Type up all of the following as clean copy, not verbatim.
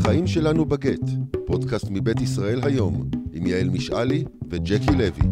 החיים שלנו בגט, פודקאסט מבית ישראל היום, עם יעל משעלי וג'קי לוי.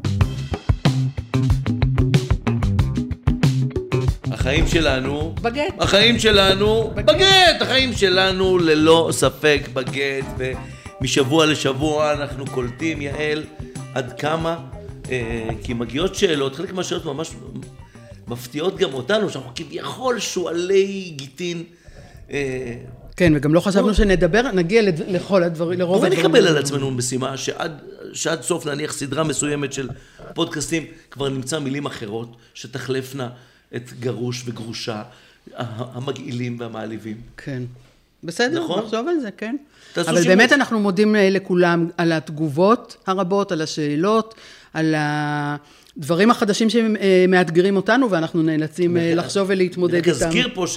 החיים שלנו בגט. החיים שלנו בגט. החיים שלנו ללא ספק בגט, ומשבוע לשבוע אנחנו קולטים, יעל, עד כמה, כי מגיעות שאלות, חלק מהשאלות ממש מפתיעות גם אותנו, שאנחנו כביכול שואלי גיטין. כן, וגם לא חשבנו נגיע לכל הדברים, לרוב הדברים. בואי נקבל על עצמנו משימה שעד סוף נניח סדרה מסוימת של פודקאסטים כבר נמצא מילים אחרות שתחלפנה את גרוש וגרושה, המגעילים והמעליבים. כן. בסדר, נכון? נחשוב על זה, כן. אבל שימוש. באמת אנחנו מודים לכולם על התגובות הרבות, על השאלות, על הדברים החדשים שמאתגרים אותנו, ואנחנו נאלצים לחשוב ולהתמודד איתם. אני אזכיר פה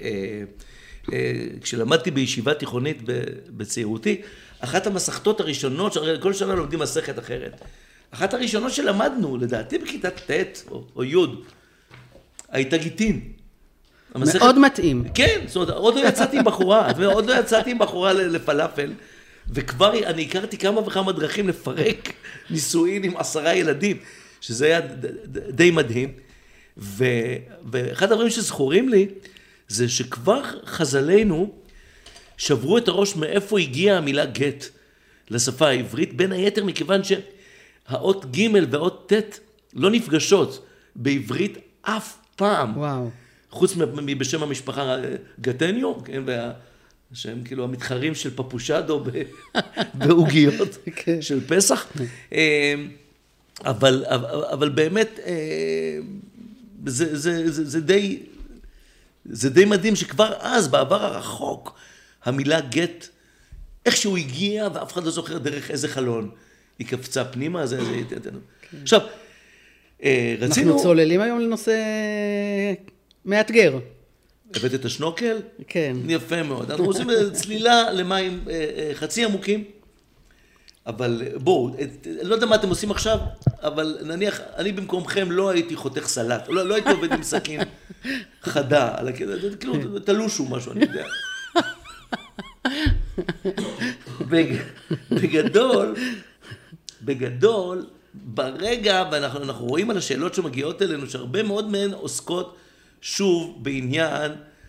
כשלמדתי בישיבה תיכונית בצעירותי, אחת המסכתות הראשונות, כל שנה לומדים מסכת אחרת. אחת הראשונות שלמדנו, לדעתי בכיתה ט' או י', הייתה גיטין. מאוד מתאים. כן, זאת אומרת, עוד לא יצאתי עם בחורה לפלאפל, וכבר אני הכרתי כמה וכמה דרכים לפרק נישואין עם 10 ילדים, שזה היה די מדהים. ואחד הדברים שזכורים לי, זה שכבר חז"לינו שברו את הראש מאיפה הגיעה המילה גט לשפה העברית, בין היתר מכיוון שהאות ג' והאות ט' לא נפגשות בעברית אף פעם. וואו. חוץ מבשם המשפחה גטניו, כן, שהם כאילו המתחרים של פפושדו בעוגיות של פסח. אבל באמת זה די מדהים שכבר אז, בעבר הרחוק, המילה גט, איכשהו הגיע ואף אחד לא זוכר דרך איזה חלון היא קפצה פנימה. עכשיו, רצינו... אנחנו צוללים היום לנושא מאתגר. הבאת את השנוקל? כן. יפה מאוד. אנחנו עושים צלילה למים חצי עמוקים, אבל בואו, לא יודע מה אתם עושים עכשיו, אבל נניח, אני במקומכם לא הייתי חותך סלט, לא הייתי עובד עם סכין חדה, כאילו תלושו משהו, אני יודע. בגדול, ברגע, ואנחנו רואים על השאלות שמגיעות אלינו, שהרבה מאוד מהן עוסקות שוב בעניין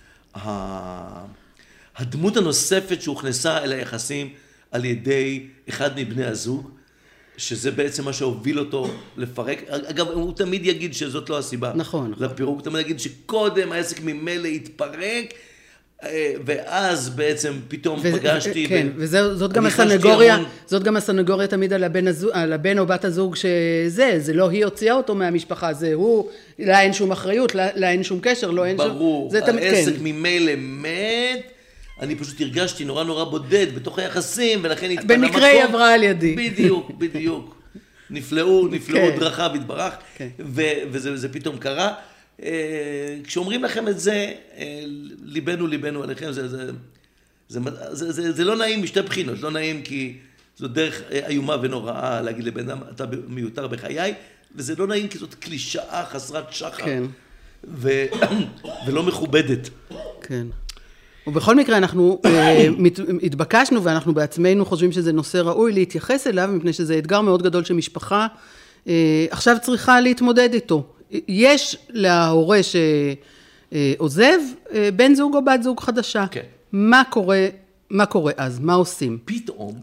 הדמות הנוספת שהוכנסה אל היחסים על ידי אחד מבני הזוג, שזה בעצם מה שהוביל אותו לפרק. אגב, הוא תמיד יגיד שזאת לא הסיבה. נכון. לפירוק, הוא תמיד יגיד שקודם העסק ממילא התפרק, ואז בעצם פתאום פגשתי... כן, וזאת גם הסנגוריה תמיד על הבן או בת הזוג זה לא היא הוציאה אותו מהמשפחה, זה הוא, לה אין שום אחריות, לה אין שום קשר, לא אין שום... ברור, העסק ממילא מת, אני פשוט הרגשתי נורא בודד בתוך היחסים, ולכן התפנה מקום. במקרה היא עברה על ידי. בדיוק. נפלאו דרכיו התברך, וזה פתאום קרה. כשאומרים לכם את זה, ליבנו עליכם, זה לא נעים משתי בחינות, לא נעים כי זו דרך איומה ונוראה להגיד לבן אדם, אתה מיותר בחיי, וזה לא נעים כי זאת קלישאה חסרת שחר, כן. ולא מכובדת. כן. ובכל מקרה אנחנו התבקשנו, ואנחנו בעצמנו חושבים שזה נושא ראוי להתייחס אליו, מפני שזה אתגר מאוד גדול שמשפחה עכשיו צריכה להתמודד איתו. יש להורה שעוזב בן זוג או בת זוג חדשה. כן. מה קורה אז? מה עושים? פתאום,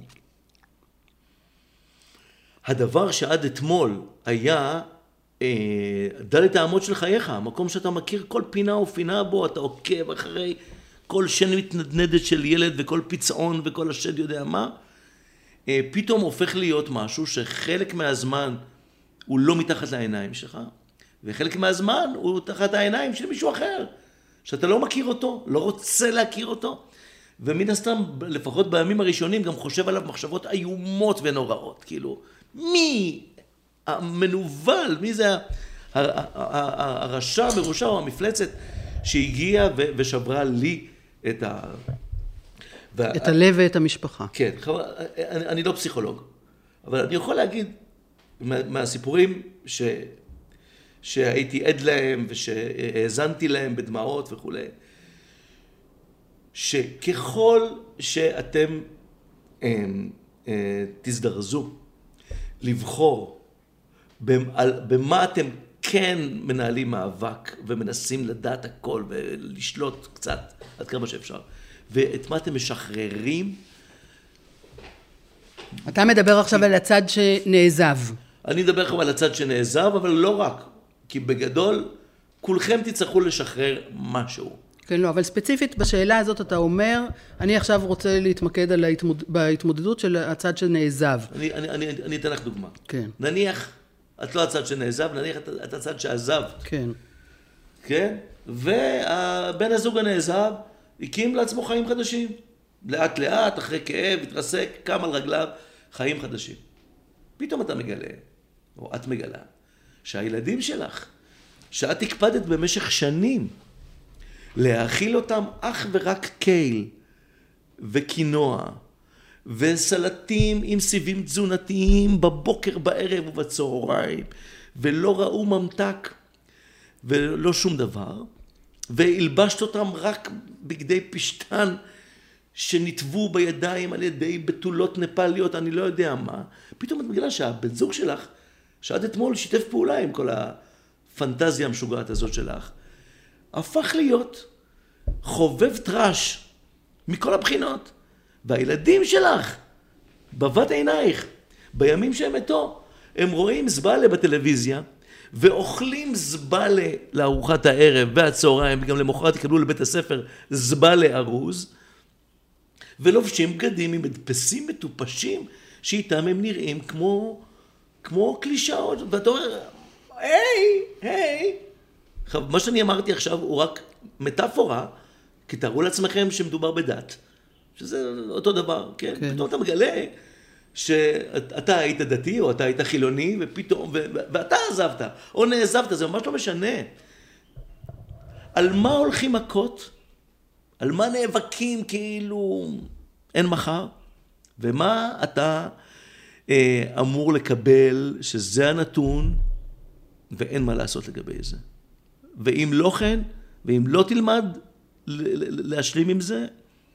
הדבר שעד אתמול היה דלת האמות של חייך, המקום שאתה מכיר כל פינה ופינה בו, אתה עוקב אחרי כל שן מתנדנדת של ילד וכל פצעון וכל השד יודע מה, פתאום הופך להיות משהו שחלק מהזמן הוא לא מתחת לעיניים שלך, וחלק מהזמן הוא תחת העיניים של מישהו אחר, שאתה לא מכיר אותו, לא רוצה להכיר אותו, ומן הסתם, לפחות בימים הראשונים, גם חושב עליו מחשבות איומות ונוראות, כאילו, מי המנוול, מי זה הרשע בראשה או המפלצת שהגיעה ושברה לי את הלב ואת המשפחה. כן, אני לא פסיכולוג, אבל אני יכול להגיד מהסיפורים שהייתי עד להם ושהאזנתי להם בדמעות וכו'. שככל שאתם תזדרזו לבחור במה אתם כן מנהלים מאבק ומנסים לדעת הכל ולשלוט קצת עד כמה שאפשר, ואת מה אתם משחררים. אתה מדבר עכשיו על הצד שנעזב. אני מדבר עכשיו על הצד שנעזב, אבל לא רק, כי בגדול כולכם תצטרכו לשחרר משהו. כן, לא, אבל ספציפית בשאלה הזאת אתה אומר, אני עכשיו רוצה להתמקד בהתמודדות של הצד שנעזב. אני אתן לך דוגמה. כן. נניח, את לא הצד שנעזב, נניח את הצד שעזבת. כן. כן? והבן הזוג הנעזב הקים לעצמו חיים חדשים. לאט לאט, אחרי כאב, התרסק, קם על רגליו, חיים חדשים. פתאום אתה מגלה, או את מגלה, שהילדים שלך, שאת הקפדת במשך שנים, להאכיל אותם אך ורק קייל וקינוע וסלטים עם סיבים תזונתיים בבוקר, בערב ובצהריים, ולא ראו ממתק ולא שום דבר, והלבשת אותם רק בגדי פשטן שנטבו בידיים על ידי בתולות נפליות, אני לא יודע מה. פתאום את מגלה שהבן זוג שלך, שעד אתמול שיתף פעולה עם כל הפנטזיה המשוגעת הזאת שלך, הפך להיות חובב טרש מכל הבחינות. והילדים שלך, בבת עינייך, בימים שהם איתו, הם רואים זבלה בטלוויזיה, ואוכלים זבלה לארוחת הערב והצהריים, וגם למחרת יקבלו לבית הספר זבלה ארוז, ולובשים בגדים עם מדפסים מטופשים, שאיתם הם נראים כמו קלישאות. ואתה אומר, היי, מה שאני אמרתי עכשיו הוא רק מטאפורה, כי תראו לעצמכם שמדובר בדת, שזה אותו דבר, כן? פתאום אתה מגלה שאתה היית דתי, או אתה היית חילוני, ופתאום, ואתה עזבת, או נעזבת, זה ממש לא משנה. על מה הולכים מכות? על מה נאבקים כאילו אין מחר? ומה אתה אמור לקבל שזה הנתון, ואין מה לעשות לגבי זה. ואם לא כן, ואם לא תלמד להשלים עם זה,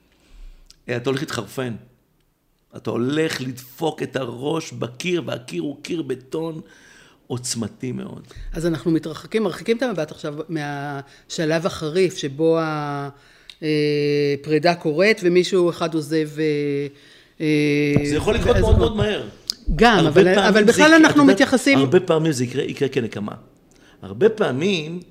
אתה הולך להתחרפן. אתה הולך לדפוק את הראש בקיר, והקיר הוא קיר בטון עוצמתי מאוד. אז אנחנו מרחיקים את המבט עכשיו מהשלב החריף, שבו הפרידה קורית, ומישהו אחד עוזב... זה יכול לקרות מאוד מאוד מהר. גם, אבל בכלל אנחנו מתייחסים... הרבה פעמים זה יקרה כנקמה. הרבה פעמים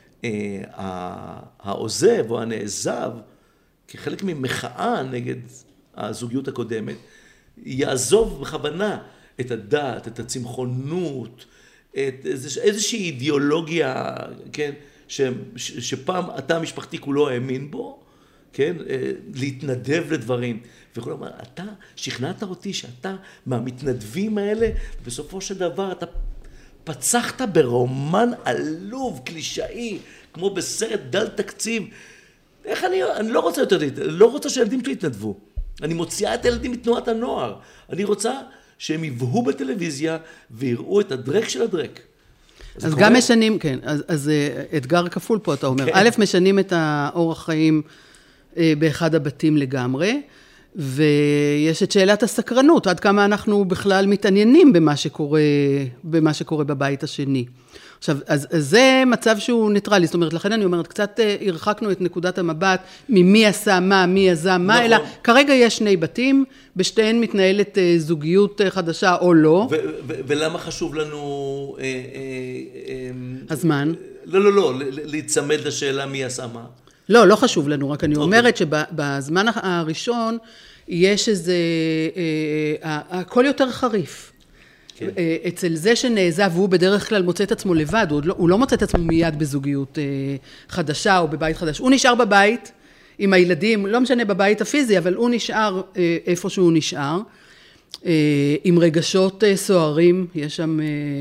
העוזב או הנעזב, כחלק ממחאה נגד הזוגיות הקודמת, יעזוב בכוונה את הדת, את הצמחונות, את איזושהי אידיאולוגיה, כן, שפעם אתה משפחתי כולו האמין בו, כן, להתנדב לדברים. ויכול לומר, אתה שכנעת אותי שאתה מהמתנדבים האלה, ובסופו של דבר אתה פצחת ברומן עלוב, קלישאי, כמו בסרט דל תקציב. איך אני לא רוצה יותר, לא רוצה שהילדים שלי יתנדבו. אני מוציאה את הילדים מתנועת הנוער. אני רוצה שהם יבהו בטלוויזיה ויראו את הדרק של הדרק. אז גם משנים, כן, אז אתגר כפול פה, אתה אומר. א', משנים את האורח חיים באחד הבתים לגמרי, ויש את שאלת הסקרנות, עד כמה אנחנו בכלל מתעניינים במה שקורה בבית השני. עכשיו, אז זה מצב שהוא ניטרלי, זאת אומרת, לכן אני אומרת, קצת הרחקנו את נקודת המבט, ממי עשה מה, מי יזם מה, אלא כרגע יש שני בתים, בשתיהן מתנהלת זוגיות חדשה או לא. ולמה חשוב לנו... הזמן? לא, להצמד לשאלה מי עשה מה. לא חשוב לנו, רק אני אומרת שבזמן הראשון יש איזה, הכל יותר חריף. כן. אצל זה שנעזב, הוא בדרך כלל מוצא את עצמו לבד, הוא לא מוצא את עצמו מיד בזוגיות חדשה או בבית חדש. הוא נשאר בבית עם הילדים, לא משנה בבית הפיזי, אבל הוא נשאר איפה שהוא נשאר, עם רגשות סוערים, יש שם,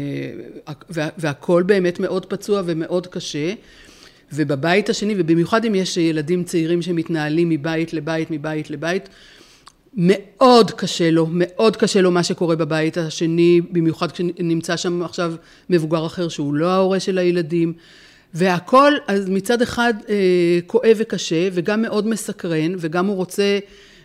והכל באמת מאוד פצוע ומאוד קשה. ובבית השני, ובמיוחד אם יש ילדים צעירים שמתנהלים מבית לבית, מאוד קשה לו מה שקורה בבית השני, במיוחד כשנמצא שם עכשיו מבוגר אחר שהוא לא ההורה של הילדים, והכל, אז מצד אחד כואב וקשה, וגם מאוד מסקרן, וגם הוא רוצה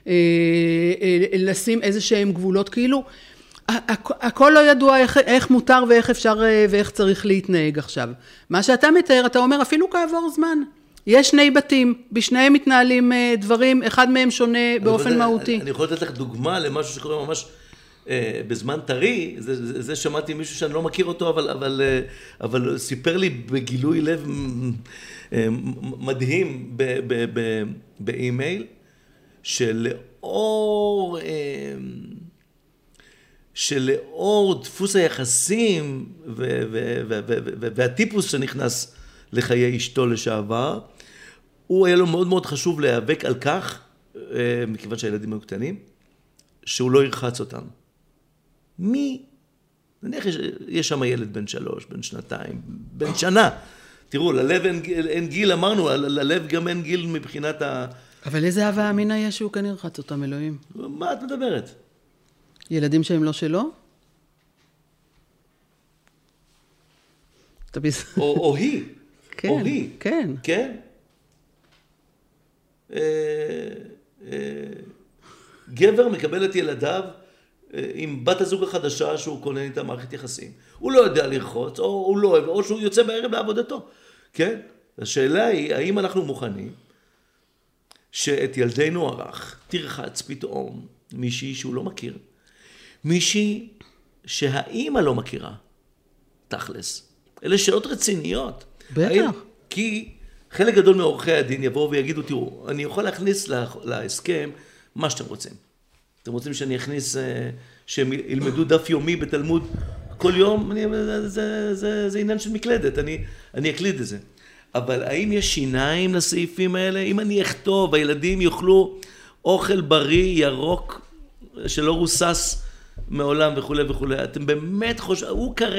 לשים איזה שהם גבולות, כאילו, הכל לא ידוע איך מותר ואיך אפשר ואיך צריך להתנהג עכשיו. מה שאתה מתאר, אתה אומר, אפילו כעבור זמן. יש שני בתים, בשניהם מתנהלים דברים, אחד מהם שונה באופן מהותי. אני יכול לתת לך דוגמה למשהו שקורה ממש בזמן טרי, זה שמעתי מישהו שאני לא מכיר אותו, אבל סיפר לי בגילוי לב מדהים באימייל, שלאור דפוס היחסים והטיפוס שנכנס לחיי אשתו לשעבר, הוא היה לו מאוד מאוד חשוב להיאבק על כך, מכיוון שהילדים היו קטנים, שהוא לא ירחץ אותם. נניח יש שם ילד בן 3, בן 2, בן שנה. תראו, ללב אין גיל, אמרנו, ללב גם אין גיל מבחינת אבל איזה הווה אמינא יש שהוא כן ירחץ אותם, אלוהים? מה את מדברת? ילדים שהם לא שלו? או היא. כן, או היא. כן. כן? גבר מקבל את ילדיו עם בת הזוג החדשה שהוא קונה איתה מערכת יחסים. הוא לא יודע לרחוץ, או הוא לא אוהב, או שהוא יוצא בערב לעבודתו. כן? השאלה היא, האם אנחנו מוכנים שאת ילדינו הרך תרחץ פתאום מישהי שהוא לא מכיר. מישהי שהאימא לא מכירה. תכלס. אלה שאלות רציניות. בטח. כי חלק גדול מעורכי הדין יבואו ויגידו, תראו, אני יכול להכניס להסכם מה שאתם רוצים. אתם רוצים שאני אכניס, שהם ילמדו דף יומי בתלמוד כל יום? זה עניין של מקלדת, אני אקליד את זה. אבל האם יש שיניים לסעיפים האלה? אם אני אכתוב, הילדים יאכלו אוכל בריא, ירוק, שלא רוסס מעולם וכו' וכו'. אתם באמת חושבים,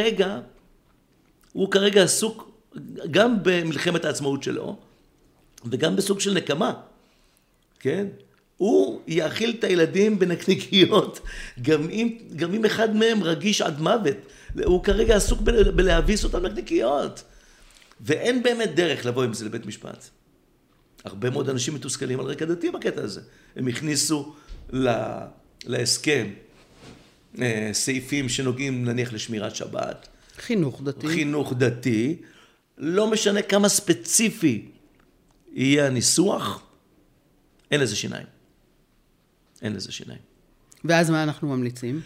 הוא כרגע עסוק גם במלחמת העצמאות שלו, וגם בסוג של נקמה. כן? הוא יאכיל את הילדים בנקניקיות, גם אם אחד מהם רגיש עד מוות. הוא כרגע עסוק בלהביס אותם נקניקיות. ואין באמת דרך לבוא עם זה לבית משפט. הרבה מאוד אנשים מתוסכלים על רקע דתי בקטע הזה. הם הכניסו להסכם סעיפים שנוגעים נניח לשמירת שבת. חינוך דתי. חינוך דתי. לא משנה כמה ספציפי יהיה הניסוח, אין לזה שיניים. אין לזה שיניים. ואז מה אנחנו ממליצים?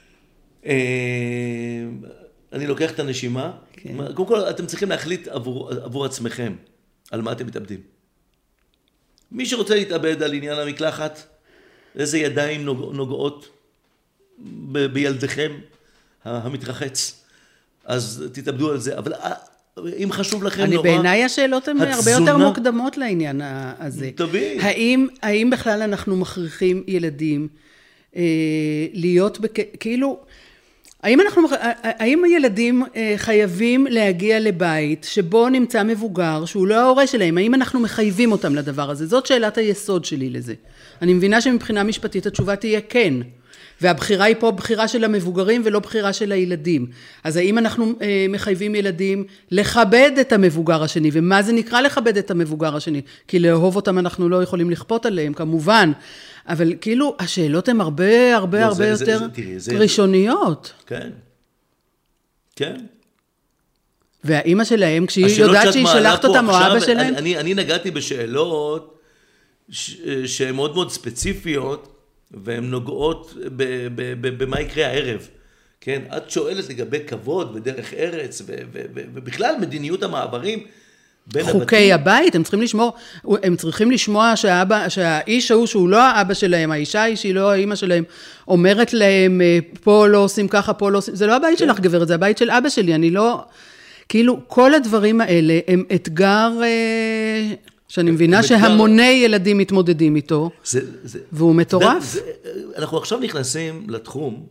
אני לוקח את הנשימה. כן. קודם כל, אתם צריכים להחליט עבור עצמכם על מה אתם מתאבדים. מי שרוצה להתאבד על עניין המקלחת, איזה ידיים נוגעות בילדיכם המתרחץ, אז תתאבדו על זה. אבל אם חשוב לכם נורא... בעיניי השאלות הן הרבה יותר מוקדמות לעניין הזה. תבין. האם בכלל אנחנו מכריחים ילדים להיות כאילו... האם הילדים חייבים להגיע לבית שבו נמצא מבוגר שהוא לא ההורה שלהם? האם אנחנו מחייבים אותם לדבר הזה? זאת שאלת היסוד שלי לזה. אני מבינה שמבחינה משפטית התשובה תהיה כן. והבחירה היא פה בחירה של המבוגרים ולא בחירה של הילדים. אז האם אנחנו מחייבים ילדים לכבד את המבוגר השני? ומה זה נקרא לכבד את המבוגר השני? כי לאהוב אותם אנחנו לא יכולים לכפות עליהם, כמובן. אבל כאילו השאלות הן הרבה יותר ראשוניות. כן. כן. והאימא שלהם, כשהיא יודעת שהיא שלחת אותם או אבא שלהם? אני נגעתי בשאלות שהן מאוד מאוד ספציפיות, והן נוגעות במה יקרה הערב. כן? את שואלת לגבי כבוד ודרך ארץ, ובכלל מדיניות המעברים בין הבתים. חוקי הבית, הם צריכים לשמוע שהאיש ההוא שהוא לא האבא שלהם, האישה היא שהיא לא האמא שלהם, אומרת להם, פה לא עושים ככה, פה לא עושים, זה לא הבית שלך גברת, זה הבית של אבא שלי, אני לא, כאילו, כל הדברים האלה הם אתגר שאני מבינה שהמוני ילדים מתמודדים איתו, והוא מטורף. אנחנו עכשיו נכנסים לתחום,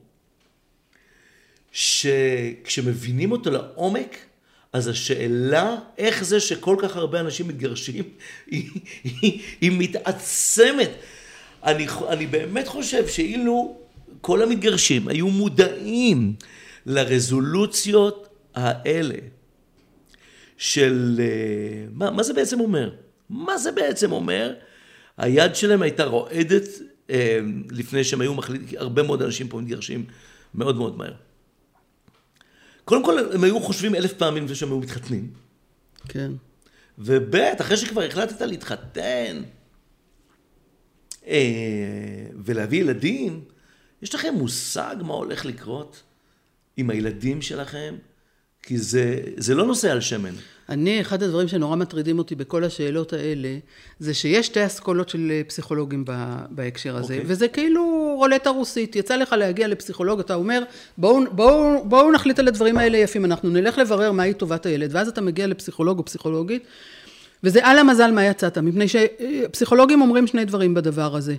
שכשמבינים אותו לעומק, אז השאלה איך זה שכל כך הרבה אנשים מתגרשים, היא מתעצמת. אני באמת חושב שאילו כל המתגרשים היו מודעים לרזולוציות האלה, של... מה זה בעצם אומר? מה זה בעצם אומר? היד שלהם הייתה רועדת לפני שהם היו הרבה מאוד אנשים פה מתגרשים מאוד מאוד מהר. קודם כל, הם היו חושבים 1000 פעמים לפני שהם היו מתחתנים. כן. ובית, אחרי שכבר החלטת להתחתן ולהביא ילדים, יש לכם מושג מה הולך לקרות עם הילדים שלכם? כי זה לא נושא על שמן. אחד הדברים שנורא מטרידים אותי בכל השאלות האלה, זה שיש 2 אסכולות של פסיכולוגים בהקשר הזה, וזה כאילו רולטה רוסית. יצא לך להגיע לפסיכולוג, אתה אומר, בואו נחליט על הדברים האלה יפים, אנחנו נלך לברר מהי טובת הילד, ואז אתה מגיע לפסיכולוג או פסיכולוגית, וזה על המזל מה יצאת, מפני שפסיכולוגים אומרים 2 דברים בדבר הזה.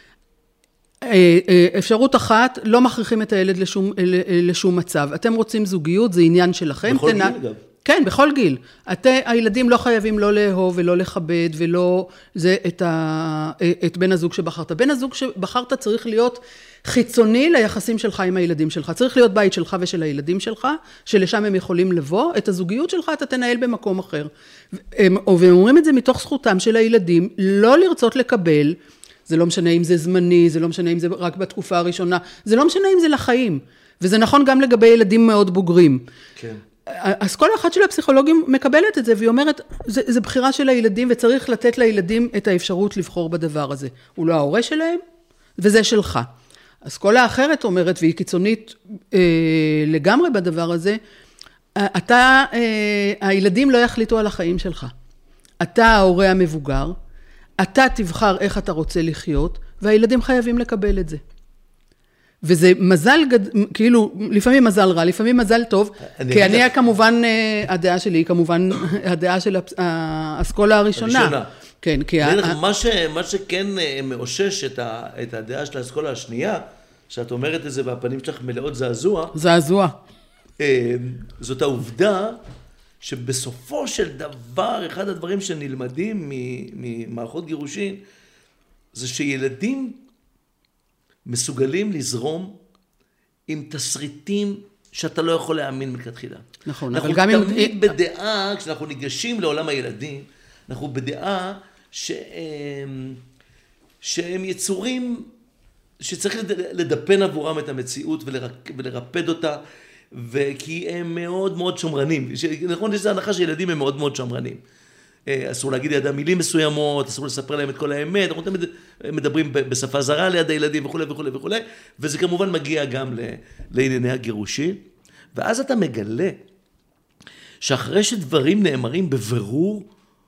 אפשרות אחת, לא מכריחים את הילד לשום מצב. אתם רוצים זוגיות, זה עניין שלכם. בכל גיל אגב. כן, בכל גיל. הילדים לא חייבים לא לאהוב ולא לכבד ולא את בן הזוג שבחרת. בן הזוג שבחרת צריך להיות חיצוני ליחסים שלך עם הילדים שלך. צריך להיות בית שלך ושל הילדים שלך, שלשם הם יכולים לבוא. את הזוגיות שלך אתה תנהל במקום אחר. והם אומרים את זה מתוך זכותם של הילדים, לא לרצות לקבל, זה לא משנה אם זה זמני, זה לא משנה אם זה רק בתקופה הראשונה, זה לא משנה אם זה לחיים. וזה נכון גם לגבי ילדים מאוד בוגרים. כן. אז כל אחד של הפסיכולוגים מקבלת את זה, והיא אומרת, זה בחירה של הילדים, וצריך לתת לילדים את האפשרות לבחור בדבר הזה. הוא לא ההורה שלהם, וזה שלך. אז כל האחרת אומרת, והיא קיצונית לגמרי בדבר הזה, הילדים לא יחליטו על החיים שלך. אתה ההורה המבוגר, אתה תבחר איך אתה רוצה לחיות, והילדים חייבים לקבל את זה. וזה מזל, כאילו, לפעמים מזל רע, לפעמים מזל טוב, כי אני כמובן, הדעה שלי היא כמובן הדעה של האסכולה הראשונה. כן, כי... מה שכן מאושש את הדעה של האסכולה השנייה, שאת אומרת את זה והפנים שלך מלאות זעזוע. זעזוע. זאת העובדה שבסופו של דבר, אחד הדברים שנלמדים ממערכות גירושין, זה שילדים מסוגלים לזרום עם תסריטים שאתה לא יכול להאמין מלכתחילה. נכון, אבל גם אנחנו תמיד בדעה, כשאנחנו ניגשים לעולם הילדים, אנחנו בדעה שהם יצורים שצריך לדפן עבורם את המציאות ולרפד אותה, כי הם מאוד מאוד שמרנים. נכון, יש הנחה שילדים הם מאוד מאוד שמרנים. אסור להגיד לידם מילים מסוימות, אסור לספר להם את כל האמת, אנחנו תמיד מדברים בשפה זרה ליד הילדים וכו' וכו' וכו', וזה כמובן מגיע גם לענייני הגירושין, ואז אתה מגלה שאחרי שדברים נאמרים בבירור,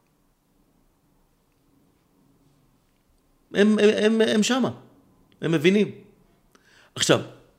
הם שמה, הם מבינים. עכשיו,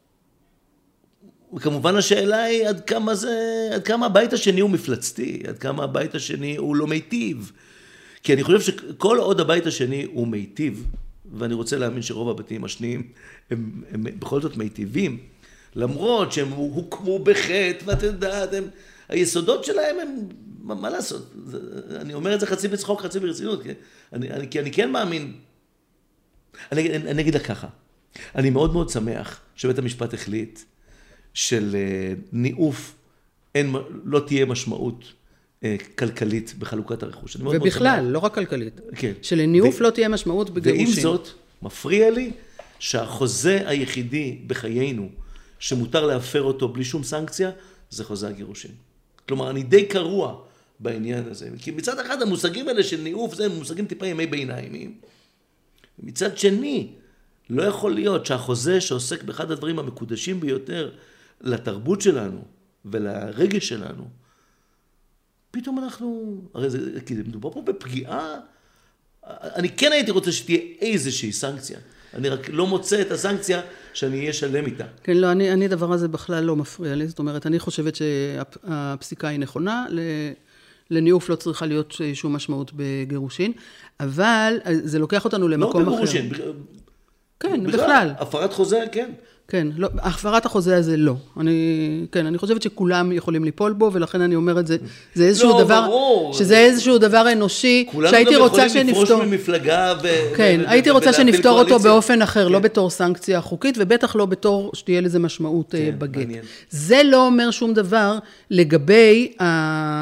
וכמובן השאלה היא עד כמה הבית השני הוא מפלצתי, עד כמה הבית השני הוא לא מיטיב. כי אני חושב שכל עוד הבית השני הוא מיטיב, ואני רוצה להאמין שרוב הבתים השניים הם בכל זאת מיטיבים, למרות שהם הוקמו בחטא, ואת יודעת, היסודות שלהם הם, מה לעשות? אני אומר את זה חצי בצחוק, חצי ברצינות, כי אני כן מאמין. אני אגיד לך ככה, אני מאוד מאוד שמח שבית המשפט החליט, של ניאוף, לא תהיה משמעות כלכלית בחלוקת הרכוש. ובכלל, לא רק כלכלית. כן. שלניאוף לא תהיה משמעות בגירושים. ועם זאת, מפריע לי שהחוזה היחידי בחיינו, שמותר להפר אותו בלי שום סנקציה, זה חוזה הגירושים. כלומר, אני די קרוע בעניין הזה. כי מצד אחד, המושגים האלה של ניאוף, זה מושגים טיפה ימי ביניים. מצד שני, לא יכול להיות שהחוזה שעוסק באחד הדברים המקודשים ביותר, לתרבות שלנו ולרגש שלנו, פתאום אנחנו, הרי זה, כי מדובר פה בפגיעה, אני כן הייתי רוצה שתהיה איזושהי סנקציה, אני רק לא מוצא את הסנקציה שאני אהיה שלם איתה. כן, לא, אני דבר הזה בכלל לא מפריע לי, זאת אומרת, אני חושבת שהפסיקה היא נכונה, לניאוף לא צריכה להיות שום משמעות בגירושין, אבל זה לוקח אותנו למקום אחר. לא בגירושין, כן, בכלל. הפרת חוזה, כן. כן, לא, הפרת החוזה הזה לא. אני חושבת שכולם יכולים ליפול בו, ולכן אני אומרת, זה איזשהו דבר, שזה איזשהו דבר אנושי, שהייתי רוצה שנפתור. כולנו גם יכולים לפרוש ממפלגה כן, הייתי רוצה שנפתור אותו באופן אחר, לא בתור סנקציה חוקית, ובטח לא בתור שתהיה לזה משמעות בגט. זה לא אומר שום דבר לגבי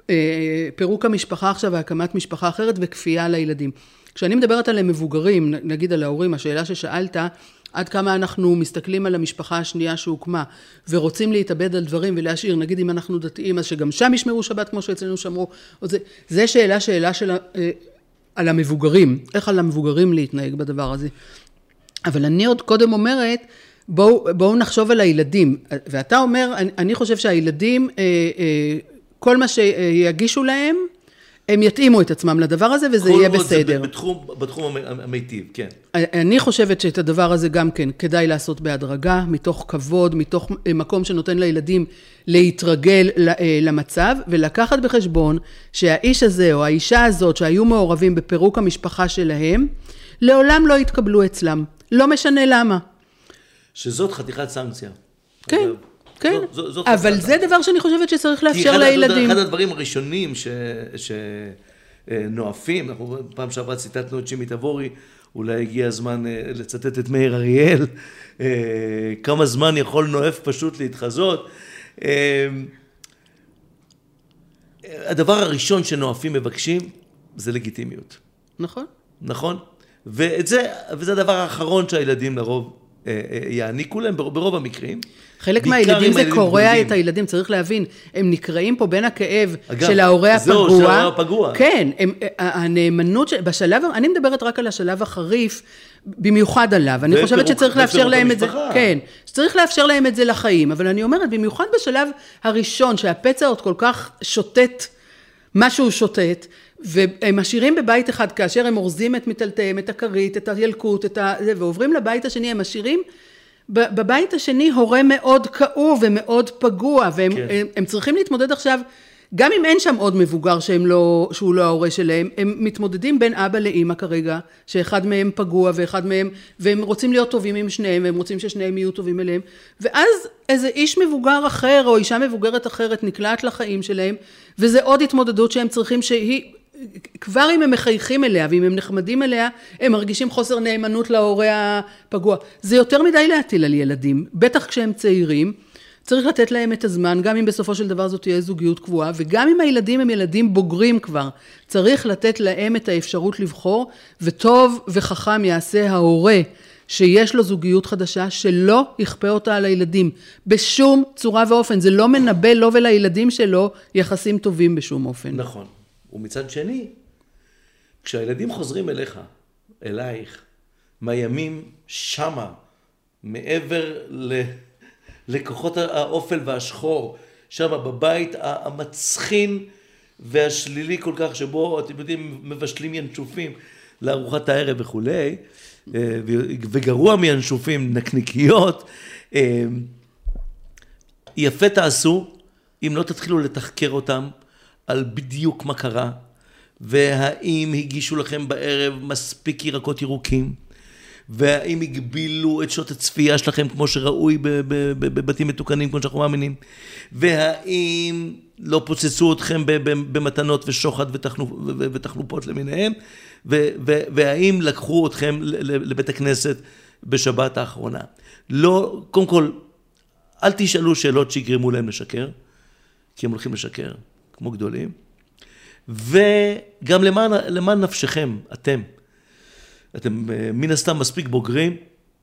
פירוק המשפחה עכשיו והקמת משפחה אחרת וכפייה לילדים. כשאני מדברת על מבוגרים, נגיד על ההורים, השאלה ששאלת, עד כמה אנחנו מסתכלים על המשפחה השנייה שהוקמה, ורוצים להתאבד על דברים ולהשאיר, נגיד אם אנחנו דתיים, אז שגם שם ישמרו שבת כמו שאצלנו שמרו, זה שאלה של על המבוגרים, איך על המבוגרים להתנהג בדבר הזה. אבל אני עוד קודם אומרת, בואו נחשוב על הילדים, ואתה אומר, אני חושב שהילדים, כל מה שיגישו להם, הם יתאימו את עצמם לדבר הזה, וזה יהיה בסדר. בתחום המיטיב, כן. אני חושבת שאת הדבר הזה גם כן כדאי לעשות בהדרגה, מתוך כבוד, מתוך מקום שנותן לילדים להתרגל למצב, ולקחת בחשבון שהאיש הזה או האישה הזאת שהיו מעורבים בפירוק המשפחה שלהם, לעולם לא יתקבלו אצלם. לא משנה למה. שזאת חתיכת סנקציה. כן. כן, אבל זה דבר שאני חושבת שצריך לאפשר לילדים. אחד הדברים הראשונים שנואפים, אנחנו פעם שעברה ציטטנו את שימי תבורי, אולי הגיע הזמן לצטט את מאיר אריאל, כמה זמן יכול נואף פשוט להתחזות. הדבר הראשון שנואפים מבקשים, זה לגיטימיות. נכון. נכון? וזה הדבר האחרון שהילדים לרוב יעניקו להם ברוב המקרים. חלק מהילדים זה קורע את הילדים, צריך להבין, הם נקראים פה בין הכאב של ההורה הפגוע. זהו, של ההורה הפגוע. כן, הנאמנות, בשלב, אני מדברת רק על השלב החריף, במיוחד עליו, אני חושבת שצריך לאפשר להם את זה, כן, שצריך לאפשר להם את זה לחיים, אבל אני אומרת, במיוחד בשלב הראשון, שהפצע עוד כל כך שוטט, משהו שוטט, והם משאירים בבית אחד, כאשר הם אורזים את מטלטם, את הכרית, את הילקוט, ועוברים לבית השני, הם משאירים בבית השני הורה מאוד כאוב ומאוד פגוע, והם צריכים להתמודד עכשיו, גם אם אין שם עוד מבוגר שהוא לא ההורה שלהם, הם מתמודדים בין אבא לאמא כרגע, שאחד מהם פגוע ואחד מהם, והם רוצים להיות טובים עם שניהם, והם רוצים ששניהם יהיו טובים אליהם, ואז איזה איש מבוגר אחר, או אישה מבוגרת אחרת נקלעת לחיים שלהם, וזה עוד התמודדות שהם צריכים שהיא, כבר אם הם מחייכים אליה, ואם הם נחמדים אליה, הם מרגישים חוסר נאמנות להורה הפגוע. זה יותר מדי להטיל על ילדים, בטח כשהם צעירים, צריך לתת להם את הזמן, גם אם בסופו של דבר זאת תהיה זוגיות קבועה, וגם אם הילדים הם ילדים בוגרים כבר, צריך לתת להם את האפשרות לבחור, וטוב וחכם יעשה ההורה, שיש לו זוגיות חדשה, שלא יכפה אותה על הילדים, בשום צורה ואופן, זה לא מנבא לו ולילדים שלו יחסים טובים בשום אופן. נכון. ומצד שני, כשהילדים חוזרים אליך, אלייך, מהימים שמה, מעבר לכוחות האופל והשחור, שמה בבית המצחין והשלילי כל כך, שבו אתם יודעים, מבשלים ינשופים לארוחת הערב וכו', וגרוע מינשופים נקניקיות, יפה תעשו, אם לא תתחילו לתחקר אותם, על בדיוק מה קרה, והאם הגישו לכם בערב מספיק ירקות ירוקים, והאם הגבילו את שעות הצפייה שלכם כמו שראוי בבתים מתוקנים, כמו שאנחנו מאמינים, והאם לא פוצצו אתכם במתנות ושוחד ותחלופות למיניהם, והאם לקחו אתכם לבית הכנסת בשבת האחרונה. לא, קודם כל, אל תשאלו שאלות שיגרמו להם לשקר, כי הם הולכים לשקר. כמו גדולים, וגם למען נפשכם, אתם מן הסתם מספיק בוגרים.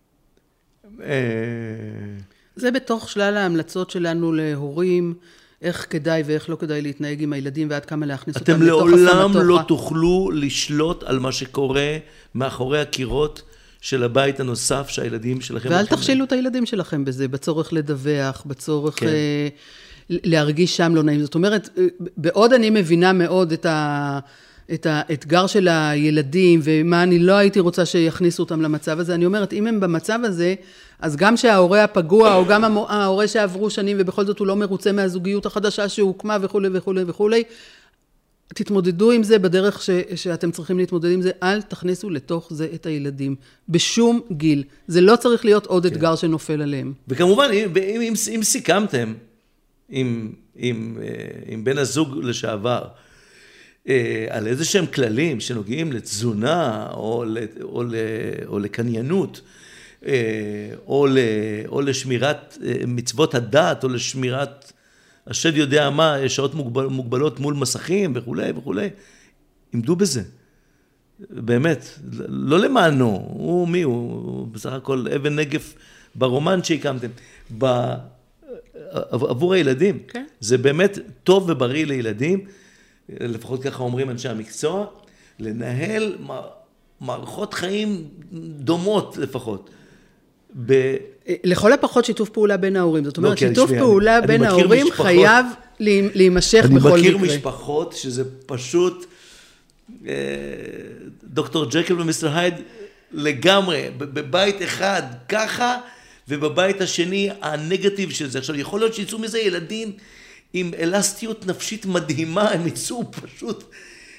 זה בתוך שלל ההמלצות שלנו להורים, איך כדאי ואיך לא כדאי להתנהג עם הילדים, ועד כמה להכניס אותם לתוך הסמטוחה. אתם לעולם לא תוכלו לשלוט על מה שקורה מאחורי הקירות של הבית הנוסף שהילדים שלכם... ואל תכשילו את הילדים שלכם בזה, בצורך לדווח, בצורך... כן. להרגיש שם לא נעים. זאת אומרת, בעוד אני מבינה מאוד את האתגר של הילדים, ומה אני לא הייתי רוצה שיכניסו אותם למצב הזה, אני אומרת, אם הם במצב הזה, אז גם שההורה הפגוע, או גם ההורה שעברו שנים, ובכל זאת הוא לא מרוצה מהזוגיות החדשה שהוקמה וכו' וכו' וכו', תתמודדו עם זה בדרך שאתם צריכים להתמודד עם זה, אל תכניסו לתוך זה את הילדים, בשום גיל. זה לא צריך להיות עוד אתגר שנופל עליהם. וכמובן, אם סיכמתם, עם בן הזוג לשעבר, על איזה שהם כללים שנוגעים לתזונה, או לקניינות, או לשמירת מצוות הדת, או לשמירת השד יודע מה, יש שעות מוגבלות מול מסכים וכולי וכולי. עמדו בזה. באמת, לא למענו, הוא מי? הוא בסך הכל אבן נגף ברומן שהקמתם. עבור הילדים. כן. זה באמת טוב ובריא לילדים, לפחות ככה אומרים אנשי המקצוע, לנהל מערכות חיים דומות לפחות. לכל הפחות שיתוף פעולה בין ההורים. זאת אומרת, שיתוף שנייה, פעולה בין ההורים חייב להימשך בכל מקרה. אני מכיר משפחות שזה פשוט דוקטור ג'קיל ומיסטר הייד לגמרי, בבית אחד ככה, ובבית השני הנגטיב של זה. עכשיו, יכול להיות שיצאו מזה ילדים עם אלסטיות נפשית מדהימה, הם יצאו פשוט...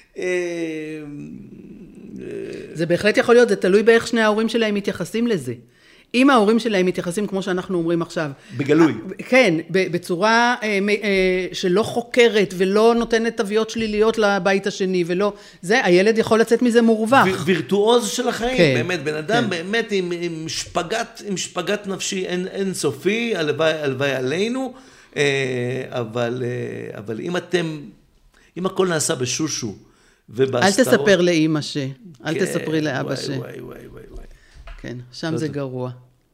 זה בהחלט יכול להיות, זה תלוי באיך שני ההורים שלהם מתייחסים לזה. אם ההורים שלהם מתייחסים, כמו שאנחנו אומרים עכשיו. בגלוי. כן, בצורה שלא חוקרת ולא נותנת תוויות שליליות לבית השני, ולא, זה, הילד יכול לצאת מזה מורווח. וירטואוז של החיים, כן, באמת, בן אדם כן. באמת עם שפגת נפשי אין סופי, הלוואי עלינו, אבל אם הכל נעשה בשושו ובהסתרות. אל תספר לאמא אל תספרי לאבא וואי. כן, שם זה גרוע.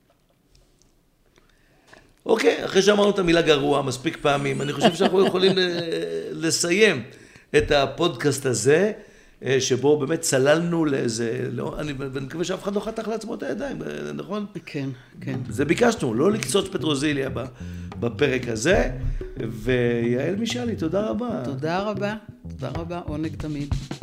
אוקיי, אחרי שאמרנו את המילה גרוע מספיק פעמים, אני חושב שאנחנו יכולים לסיים את הפודקאסט הזה, שבו באמת צללנו לאיזה, אני מקווה שאף אחד לא חתך לעצמו את הידיים, נכון? כן, כן. זה ביקשנו, לא לקצוץ פטרוזיליה בפרק הזה, ויעל משאלי, תודה רבה. תודה רבה, עונג תמיד.